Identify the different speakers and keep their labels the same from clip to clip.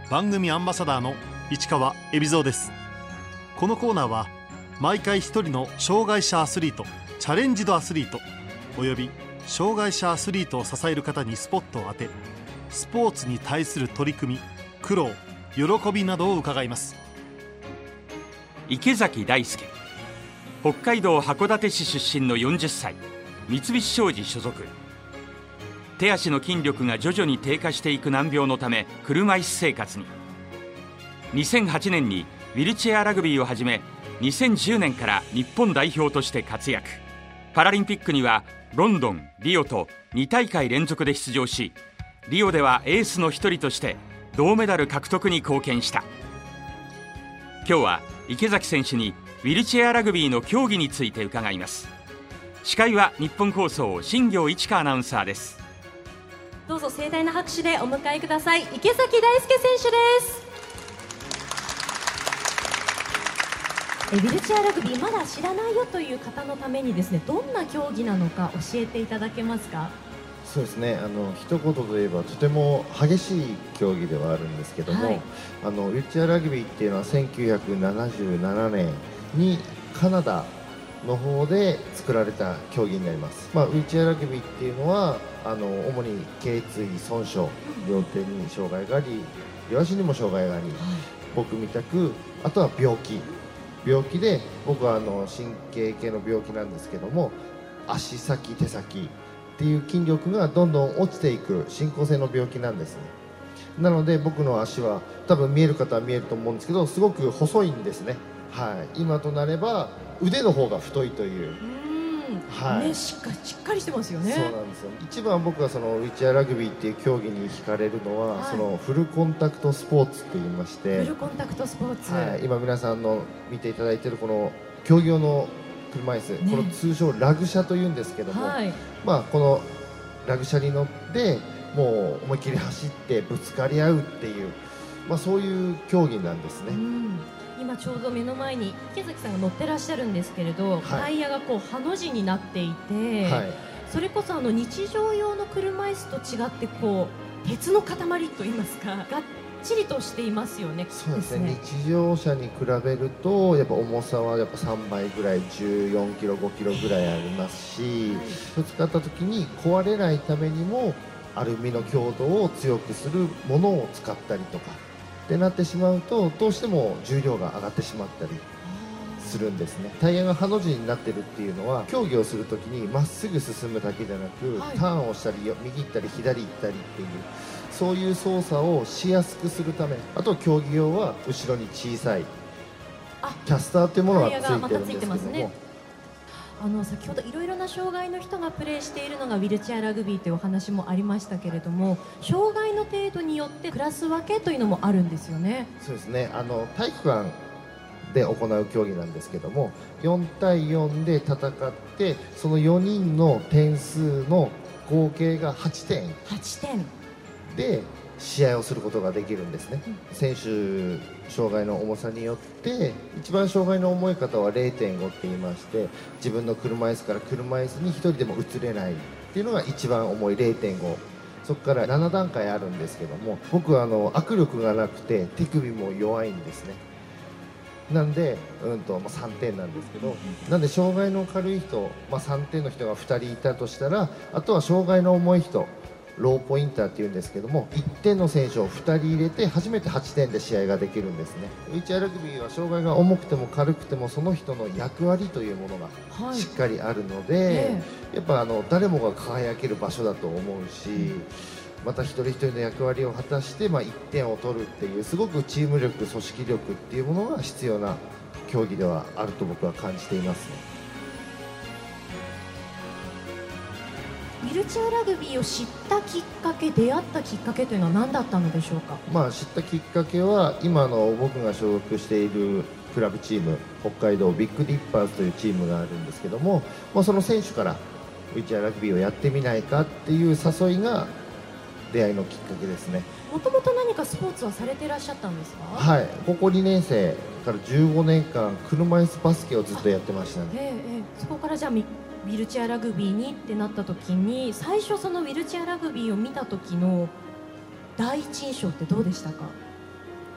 Speaker 1: 番組アンバサダーの市川海老蔵です。このコーナーは毎回一人の障害者アスリート、チャレンジドアスリートおよび障害者アスリートを支える方にスポットを当て、スポーツに対する取り組み、苦労、喜びなどを伺います。
Speaker 2: 池崎大輔、北海道函館市出身の40歳、三菱商事所属。手足の筋力が徐々に低下していく難病のため車椅子生活に。2008年にウィルチェアラグビーを始め、2010年から日本代表として活躍。パラリンピックにはロンドン、リオと2大会連続で出場し、リオではエースの一人として銅メダル獲得に貢献した。今日は池崎選手にウィルチェアラグビーの競技について伺います。司会は日本放送新業一華アナウンサーです。
Speaker 3: どうぞ盛大な拍手でお迎えください。池崎大輔選手です。ウィルチェアラグビーまだ知らないよという方のためにですね、どんな競技なのか教えていただけますか？
Speaker 4: そうですね、一言で言えばとても激しい競技ではあるんですけども、はい、ウィルチェアラグビーっていうのは1977年にカナダの方で作られた競技になります。ウィルチェアラグビーっていうのは主に頸椎損傷、両手に障害があり、両足にも障害があり、僕みたくあとは病気で、僕は神経系の病気なんですけども、足先手先っていう筋力がどんどん落ちていく進行性の病気なんですね。なので僕の足は多分見える方は見えると思うんですけど、すごく細いんですね。はい、今となれば腕の方が太いという。はい、
Speaker 3: しっかりしてますよね。
Speaker 4: そうなんですよ。一番僕はそのウィルチェアラグビーっていう競技に惹かれるのは、そのフルコンタクトスポーツって言いまして、
Speaker 3: フルコンタクトスポーツ、
Speaker 4: 今皆さんの見ていただいているこの競技用の車椅子、この通称ラグ車というんですけども、このラグ車に乗ってもう思いっきり走ってぶつかり合うっていう、そういう競技なんですね。
Speaker 3: 今ちょうど目の前に池崎さんが乗ってらっしゃるんですけれど、タイヤがこうハの字になっていて、それこそ日常用の車椅子と違ってこう鉄の塊といいますか、がっちりとしていますよね。
Speaker 4: そうですね。日常車に比べるとやっぱ重さはやっぱ3倍ぐらい、14キロ5キロぐらいありますし、ぶつかった時に壊れないためにもアルミの強度を強くするものを使ったりとかってなってしまうと、どうしても重量が上がってしまったりするんですね。タイヤがハの字になってるっていうのは、競技をするときにまっすぐ進むだけじゃなく、ターンをしたり右行ったり左行ったりっていう、そういう操作をしやすくするため、あと競技用は後ろに小さいキャスターというものがついてるんですけども、
Speaker 3: 先ほどいろいろな障害の人がプレーしているのがウィルチェアラグビーというお話もありましたけれども、障害の程度によってクラス分けというのもあるんですよね。
Speaker 4: そうですね。体育館で行う競技なんですけども、4対4で戦って、その4人の点数の合計が8点で試合をすることができるんですね。選手障害の重さによって、一番障害の重い方は 0.5 って言いまして、自分の車椅子から車椅子に1人でも移れないっていうのが一番重い 0.5。 そこから7段階あるんですけども、僕は握力がなくて手首も弱いんですね。なんで3点なんですけど、なんで障害の軽い人、3点の人が2人いたとしたら、あとは障害の重い人、ローポインターっていうんですけども、1点の選手を2人入れて初めて8点で試合ができるんですね。ウィルチェアラグビーは障害が重くても軽くてもその人の役割というものがしっかりあるので、やっぱ誰もが輝ける場所だと思うし、また一人一人の役割を果たして1点を取るっていう、すごくチーム力、組織力っていうものが必要な競技ではあると僕は感じていますね。
Speaker 3: ウィルチェアラグビーを知ったきっかけ、出会ったきっかけというのは何だったのでしょうか？
Speaker 4: 知ったきっかけは、今の僕が所属しているクラブチーム、北海道ビッグディッパーズというチームがあるんですけども、その選手からウィルチェアラグビーをやってみないかっていう誘いが出会いのきっかけですね。
Speaker 3: もともと何かスポーツはされていらっしゃったんですか？
Speaker 4: はい、高校2年生から15年間車椅子バスケをずっとやってましたね。
Speaker 3: そこからじゃあウィルチェアラグビーにってなった時に、最初そのウィルチェアラグビーを見た時の第一印象ってどうでしたか？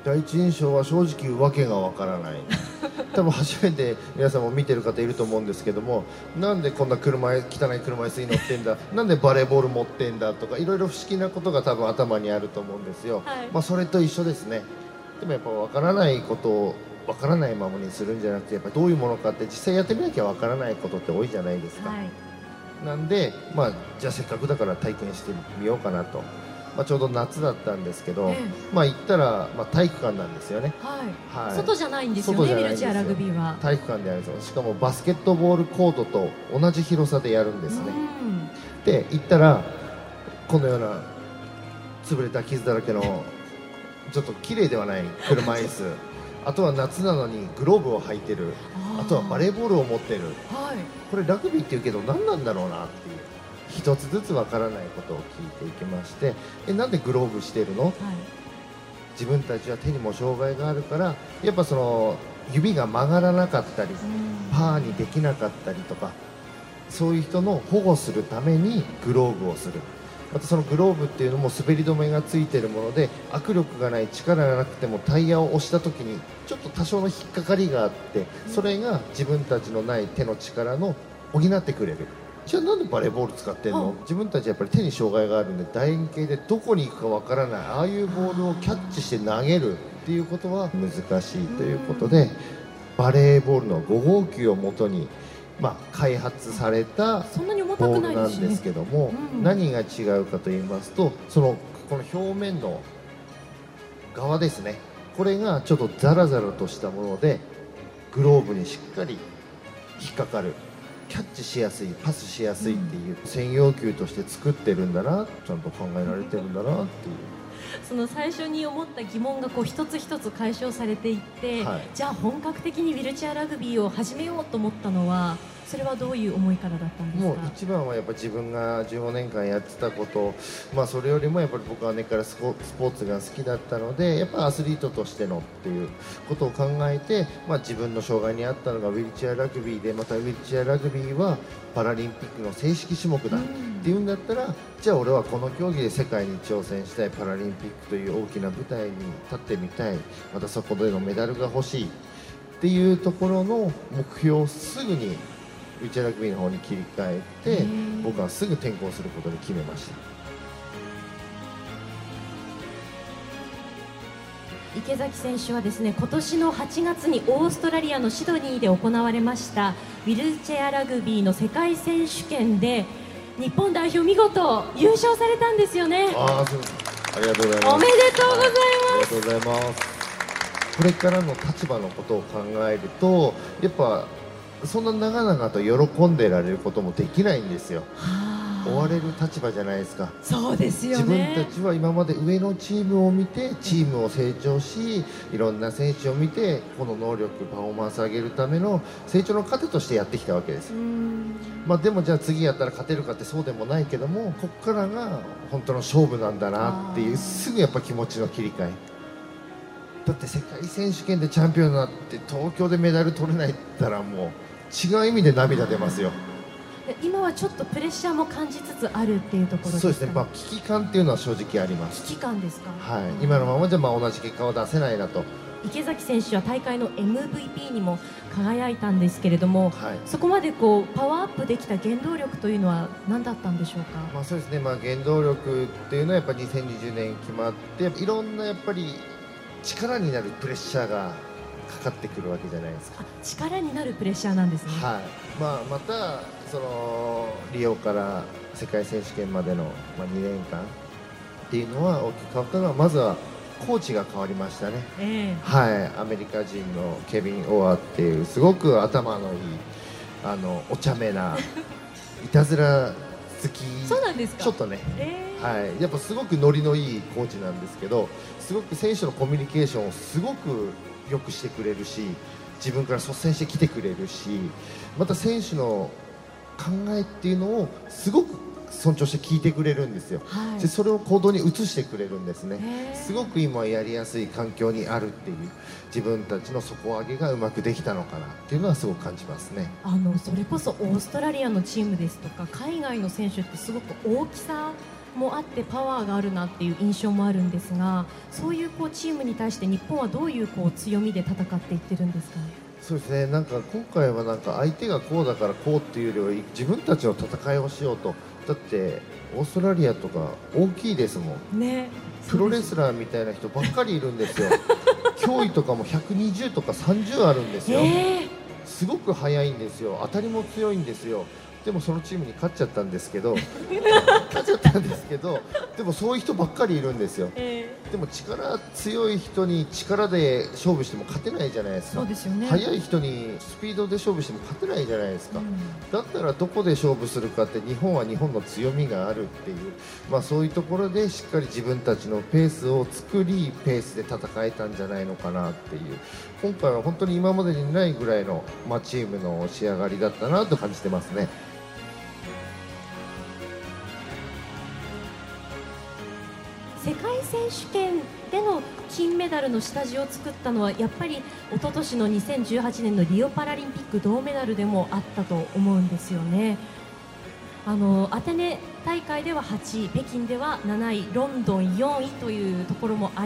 Speaker 4: 第一印象は正直わけがわからない多分初めて皆さんも見てる方いると思うんですけども、なんでこんな汚い車椅子に乗ってんだなんでバレーボール持ってんだとか、いろいろ不思議なことが多分頭にあると思うんですよ、はい、それと一緒ですね。でもやっぱわからないことをわからないままにするんじゃなくて、やっぱどういうものかって実際やってみなきゃわからないことって多いじゃないですか、はい、なんで、じゃあせっかくだから体験してみようかなと。ちょうど夏だったんですけど、行ったら、体育館なんですよね、
Speaker 3: はいはい、外じゃないんですよね、ウィルチェアラグビーは
Speaker 4: 体育館でやるんですよ。しかもバスケットボールコートと同じ広さでやるんですね。で行ったらこのような潰れた傷だらけのちょっと綺麗ではない車椅子あとは夏なのにグローブを履いてる、あとはバレーボールを持ってる、はい、これラグビーっていうけど何なんだろうなっていう、一つずつわからないことを聞いていきまして、なんでグローブしてるの、はい、自分たちは手にも障害があるから、やっぱその指が曲がらなかったりパーにできなかったりとか、そういう人の保護するためにグローブをする。またそのグローブっていうのも滑り止めがついているもので、握力がない、力がなくてもタイヤを押した時にちょっと多少の引っかかりがあって、それが自分たちのない手の力の補ってくれる。じゃあなんでバレーボール使ってんの？自分たちやっぱり手に障害があるんで、楕円形でどこに行くかわからない、ああいうボールをキャッチして投げるっていうことは難しいということで、バレーボールの5号球をもとに開発されたボールなんですけども、何が違うかと言いますと、この表面の側ですね、これがちょっとザラザラとしたものでグローブにしっかり引っかかる、キャッチしやすい、パスしやすいっていう専用球として作ってるんだな、ちゃんと考えられてるんだなっていう。
Speaker 3: その最初に思った疑問が一つ一つ解消されていって、はい、じゃあ本格的にウィルチェアラグビーを始めようと思ったのは、それはどういう思いからだったんですか？
Speaker 4: もう一番はやっぱ自分が15年間やってたこと、それよりもやっぱり僕は根っからスポーツが好きだったので、やっぱアスリートとしてのっていうことを考えて、自分の障害にあったのがウィルチェアラグビーで、またウィルチェアラグビーはパラリンピックの正式種目だっていうんだったら、じゃあ俺はこの競技で世界に挑戦したい、パラリンピックという大きな舞台に立ってみたい、またそこでのメダルが欲しいっていうところの目標をすぐにウィルチェアラグビーの方に切り替えて、僕はすぐ転向することに決めました。
Speaker 3: 池崎選手はですね、今年の8月にオーストラリアのシドニーで行われましたウィルチェアラグビーの世界選手権で日本代表見事優勝されたんですよね。
Speaker 4: ありがとうございます。
Speaker 3: おめでとうございます。
Speaker 4: ありがとうございます。これからの立場のことを考えると、やっぱそんな長々と喜んでられることもできないんですよ。追われる立場じゃないですか。
Speaker 3: そうですよね。
Speaker 4: 自分たちは今まで上のチームを見てチームを成長し、いろんな選手を見てこの能力パフォーマンスを上げるための成長の糧としてやってきたわけです。でもじゃあ次やったら勝てるかってそうでもないけども、ここからが本当の勝負なんだなっていう、すぐやっぱ気持ちの切り替え。だって世界選手権でチャンピオンになって東京でメダル取れないったらもう違う意味で涙出ますよ。
Speaker 3: 今はちょっとプレッシャーも感じつつあるっていうところですか？
Speaker 4: そうですね、危機感っていうのは正直あります。
Speaker 3: 危機感ですか？
Speaker 4: はい、今のままじゃ同じ結果を出せないなと。
Speaker 3: 池崎選手は大会の MVP にも輝いたんですけれども、はい、そこまでパワーアップできた原動力というのは何だったんでしょうか？
Speaker 4: そうですね、原動力っていうのはやっぱり2020年決まって、いろんなやっぱり力になるプレッシャーがかかってくるわけじゃないですか。
Speaker 3: 力になるプレッシャーなんですね。
Speaker 4: はい、またそのリオから世界選手権までの2年間っていうのは大きく変わったのは、まずはコーチが変わりましたね。はい、アメリカ人のケビン・オアっていうすごく頭のいいお茶目ないたずら好き。
Speaker 3: そうなんですか？
Speaker 4: ちょっとね、はい、やっぱすごくノリのいいコーチなんですけど、すごく選手のコミュニケーションをすごくよくしてくれるし、自分から率先して来てくれるし、また選手の考えっていうのをすごく尊重して聞いてくれるんですよ。はい、でそれを行動に移してくれるんですね。すごく今やりやすい環境にあるっていう、自分たちの底上げがうまくできたのかなっていうのはすごく感じますね。
Speaker 3: それこそオーストラリアのチームですとか海外の選手ってすごく大きさもあってパワーがあるなっていう印象もあるんですが、そういうチームに対して日本はどういう強みで戦っていってるんですかね。
Speaker 4: そうですね、なんか今回はなんか相手がこうだからこうっていうよりは自分たちの戦いをしようと。だってオーストラリアとか大きいですもんね。プロレスラーみたいな人ばっかりいるんですよ脅威とかも120とか30あるんですよ、すごく速いんですよ、当たりも強いんですよ。でもそのチームに勝っちゃったんですけどでもそういう人ばっかりいるんですよ、でも力強い人に力で勝負しても勝てないじゃないですか。
Speaker 3: そうですよね。
Speaker 4: 速い人にスピードで勝負しても勝てないじゃないですか、だったらどこで勝負するかって、日本は日本の強みがあるっていう、そういうところでしっかり自分たちのペースを作り、ペースで戦えたんじゃないのかなっていう、今回は本当に今までにないぐらいの、チームの仕上がりだったなと感じてますね。
Speaker 3: 世界選手権での金メダルの下地を作ったのはやっぱり一昨年の2018年のリオパラリンピック銅メダルでもあったと思うんですよね。アテネ大会では8位、北京では7位、ロンドン4位というところもあって、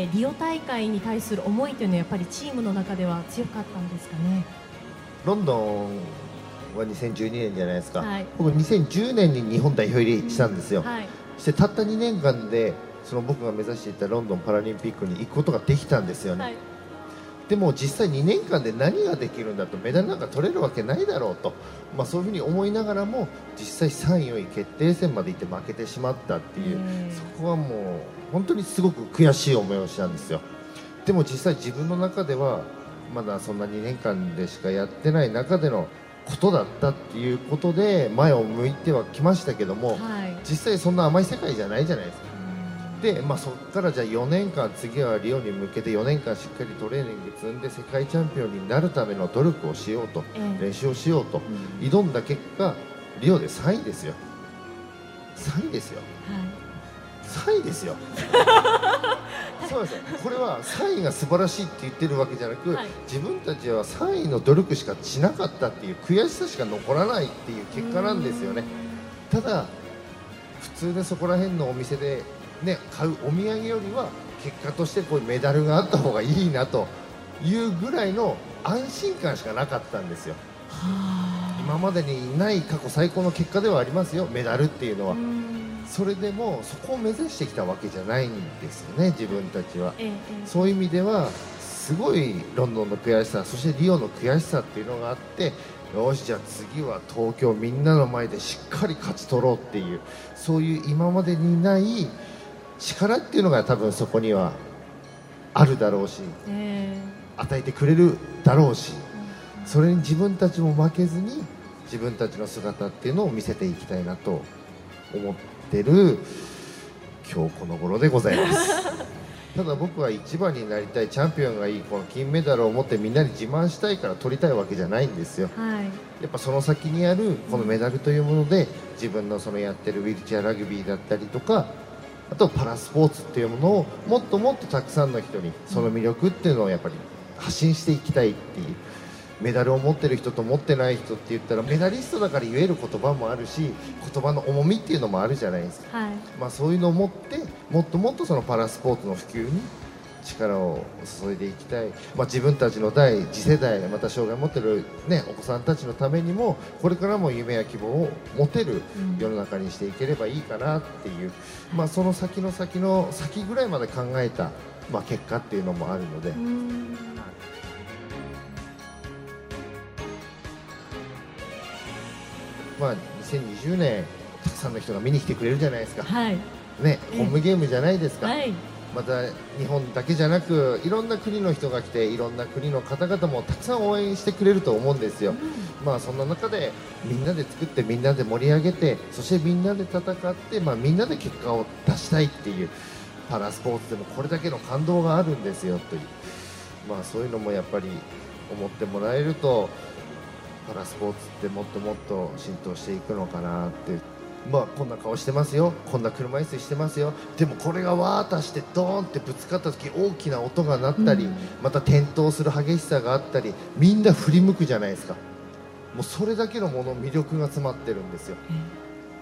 Speaker 3: リオ大会に対する思いというのはやっぱりチームの中では強かったんですかね。
Speaker 4: ロンドンは2012年じゃないですか、僕2010年に日本代表入りしたんですよ、そしてたった2年間でその僕が目指していたロンドンパラリンピックに行くことができたんですよね、でも実際2年間で何ができるんだと、メダルなんか取れるわけないだろうと、そういうふうに思いながらも実際3位決定戦まで行って負けてしまったっていう、そこはもう本当にすごく悔しい思いをしたんですよ。でも実際自分の中ではまだそんな2年間でしかやってない中でのことだったっていうことで前を向いてはきましたけども、実際そんな甘い世界じゃないじゃないですか。でそこからじゃあ4年間、次はリオに向けて4年間しっかりトレーニング積んで世界チャンピオンになるための努力をしようと、練習をしようと挑んだ結果、リオで3位ですよ、3位ですよ、3位ですよそうですよ、これは3位が素晴らしいって言ってるわけじゃなく、自分たちは3位の努力しかしなかったっていう悔しさしか残らないっていう結果なんですよね。ただ普通でそこら辺のお店で買うお土産よりは結果としてこういうメダルがあった方がいいなというぐらいの安心感しかなかったんですよ。今までにない過去最高の結果ではありますよ、メダルっていうのは。それでもそこを目指してきたわけじゃないんですよね、自分たちは。そういう意味ではすごいロンドンの悔しさ、そしてリオの悔しさっていうのがあって、よしじゃあ次は東京みんなの前でしっかり勝ち取ろうっていう、そういう今までにない力っていうのが多分そこにはあるだろうし、与えてくれるだろうし、それに自分たちも負けずに自分たちの姿っていうのを見せていきたいなと思ってる今日この頃でございますただ僕は一番になりたい、チャンピオンがいい、この金メダルを持ってみんなに自慢したいから取りたいわけじゃないんですよ、やっぱその先にあるこのメダルというもので自分のそのやってるウィルチェアラグビーだったりとか、あとパラスポーツっていうものをもっともっとたくさんの人にその魅力っていうのをやっぱり発信していきたいっていう、メダルを持ってる人と持ってない人って言ったらメダリストだから言える言葉もあるし、言葉の重みっていうのもあるじゃないですか、そういうのを持ってもっともっとそのパラスポーツの普及に力を注いでいきたい、自分たちの次世代、また障害を持ってる、お子さんたちのためにもこれからも夢や希望を持てる世の中にしていければいいかなっていう、その先の先の先ぐらいまで考えた、結果っていうのもあるので。2020年たくさんの人が見に来てくれるじゃないですか、ホームゲームじゃないですか、また日本だけじゃなくいろんな国の人が来ていろんな国の方々もたくさん応援してくれると思うんですよ、そんな中でみんなで作ってみんなで盛り上げて、そしてみんなで戦って、みんなで結果を出したいっていう、パラスポーツでもこれだけの感動があるんですよという、そういうのもやっぱり思ってもらえるとパラスポーツってもっともっと浸透していくのかなって。こんな顔してますよ、こんな車椅子してますよ、でもこれがわーっとしてドーンってぶつかった時大きな音が鳴ったり、また転倒する激しさがあったり、みんな振り向くじゃないですか。もうそれだけのもの魅力が詰まってるんですよ。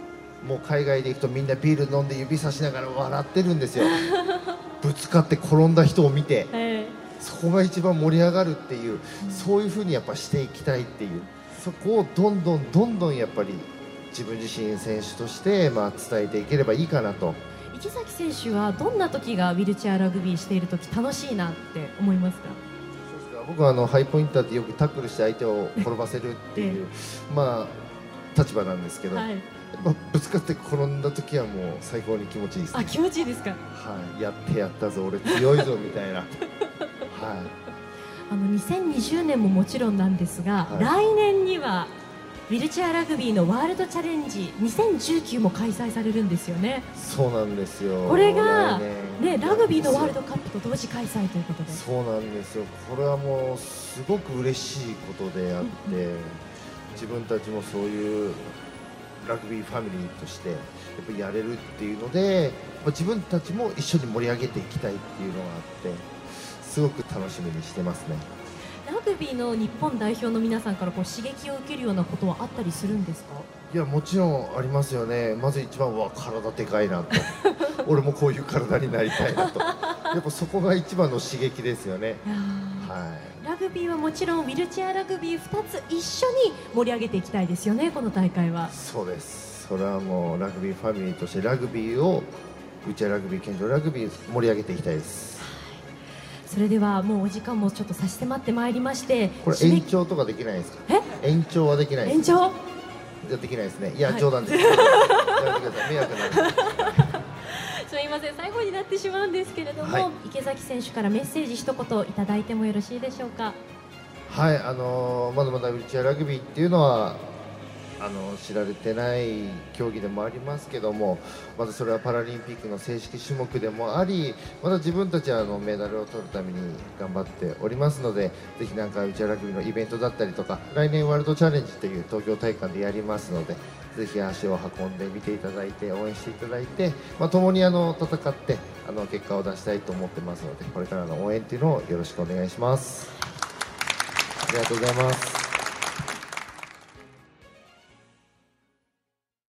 Speaker 4: もう海外で行くとみんなビール飲んで指さしながら笑ってるんですよぶつかって転んだ人を見て、そこが一番盛り上がるっていう、そういうふうにやっぱしていきたいっていう、そこをどんどんやっぱり自分自身選手として伝えていければいいかなと。
Speaker 3: 池崎選手はどんな時がウィルチェアラグビーしている時楽しいなって思いますか？
Speaker 4: 僕はハイポインターってよくタックルして相手を転ばせるっていう立場なんですけど、ぶつかって転んだ時はもう最高に気持ちいいですね。
Speaker 3: 気持ちいいですか？
Speaker 4: やってやったぞ俺強いぞみたいな
Speaker 3: 2020年ももちろんなんですが、来年にはウィルチェアラグビーのワールドチャレンジ2019も開催されるんですよね。
Speaker 4: そうなんですよ。
Speaker 3: これが、ラグビーのワールドカップと同時開催ということで。
Speaker 4: そうなんですよ。これはもうすごく嬉しいことであって、自分たちもそういうラグビーファミリーとしてやっぱりやれるっていうので、自分たちも一緒に盛り上げていきたいっていうのがあって、すごく楽しみにしてますね。
Speaker 3: ラグビーの日本代表の皆さんから刺激を受けるようなことはあったりするんですか？
Speaker 4: いや、もちろんありますよね。まず一番は体でかいなと俺もこういう体になりたいなとやっぱそこが一番の刺激ですよね。
Speaker 3: ラグビーはもちろんウィルチェアラグビー2つ一緒に盛り上げていきたいですよね、この大会は。
Speaker 4: そうです。それはもうラグビーファミリーとしてラグビーをウィルチェアラグビー、健常ラグビー盛り上げていきたいです。
Speaker 3: それではもうお時間もちょっと差し迫ってまいりまして、
Speaker 4: これ延長とかできないですか？延長はできないです。
Speaker 3: 延長
Speaker 4: できないですね。いや、冗談です。やめてください。迷惑になる。
Speaker 3: すみません、最後になってしまうんですけれども、池崎選手からメッセージ一言いただいてもよろしいでしょうか？
Speaker 4: はい、まだまだウィルチェアラグビーっていうのは知られてない競技でもありますけども、まずそれはパラリンピックの正式種目でもあり、また自分たちはメダルを取るために頑張っておりますので、ぜひウィルチェアラグビーのイベントだったりとか、来年ワールドチャレンジという東京体育館でやりますので、ぜひ足を運んで見ていただいて応援していただいて、共に戦って結果を出したいと思ってますので、これからの応援というのをよろしくお願いします。ありがとうございます。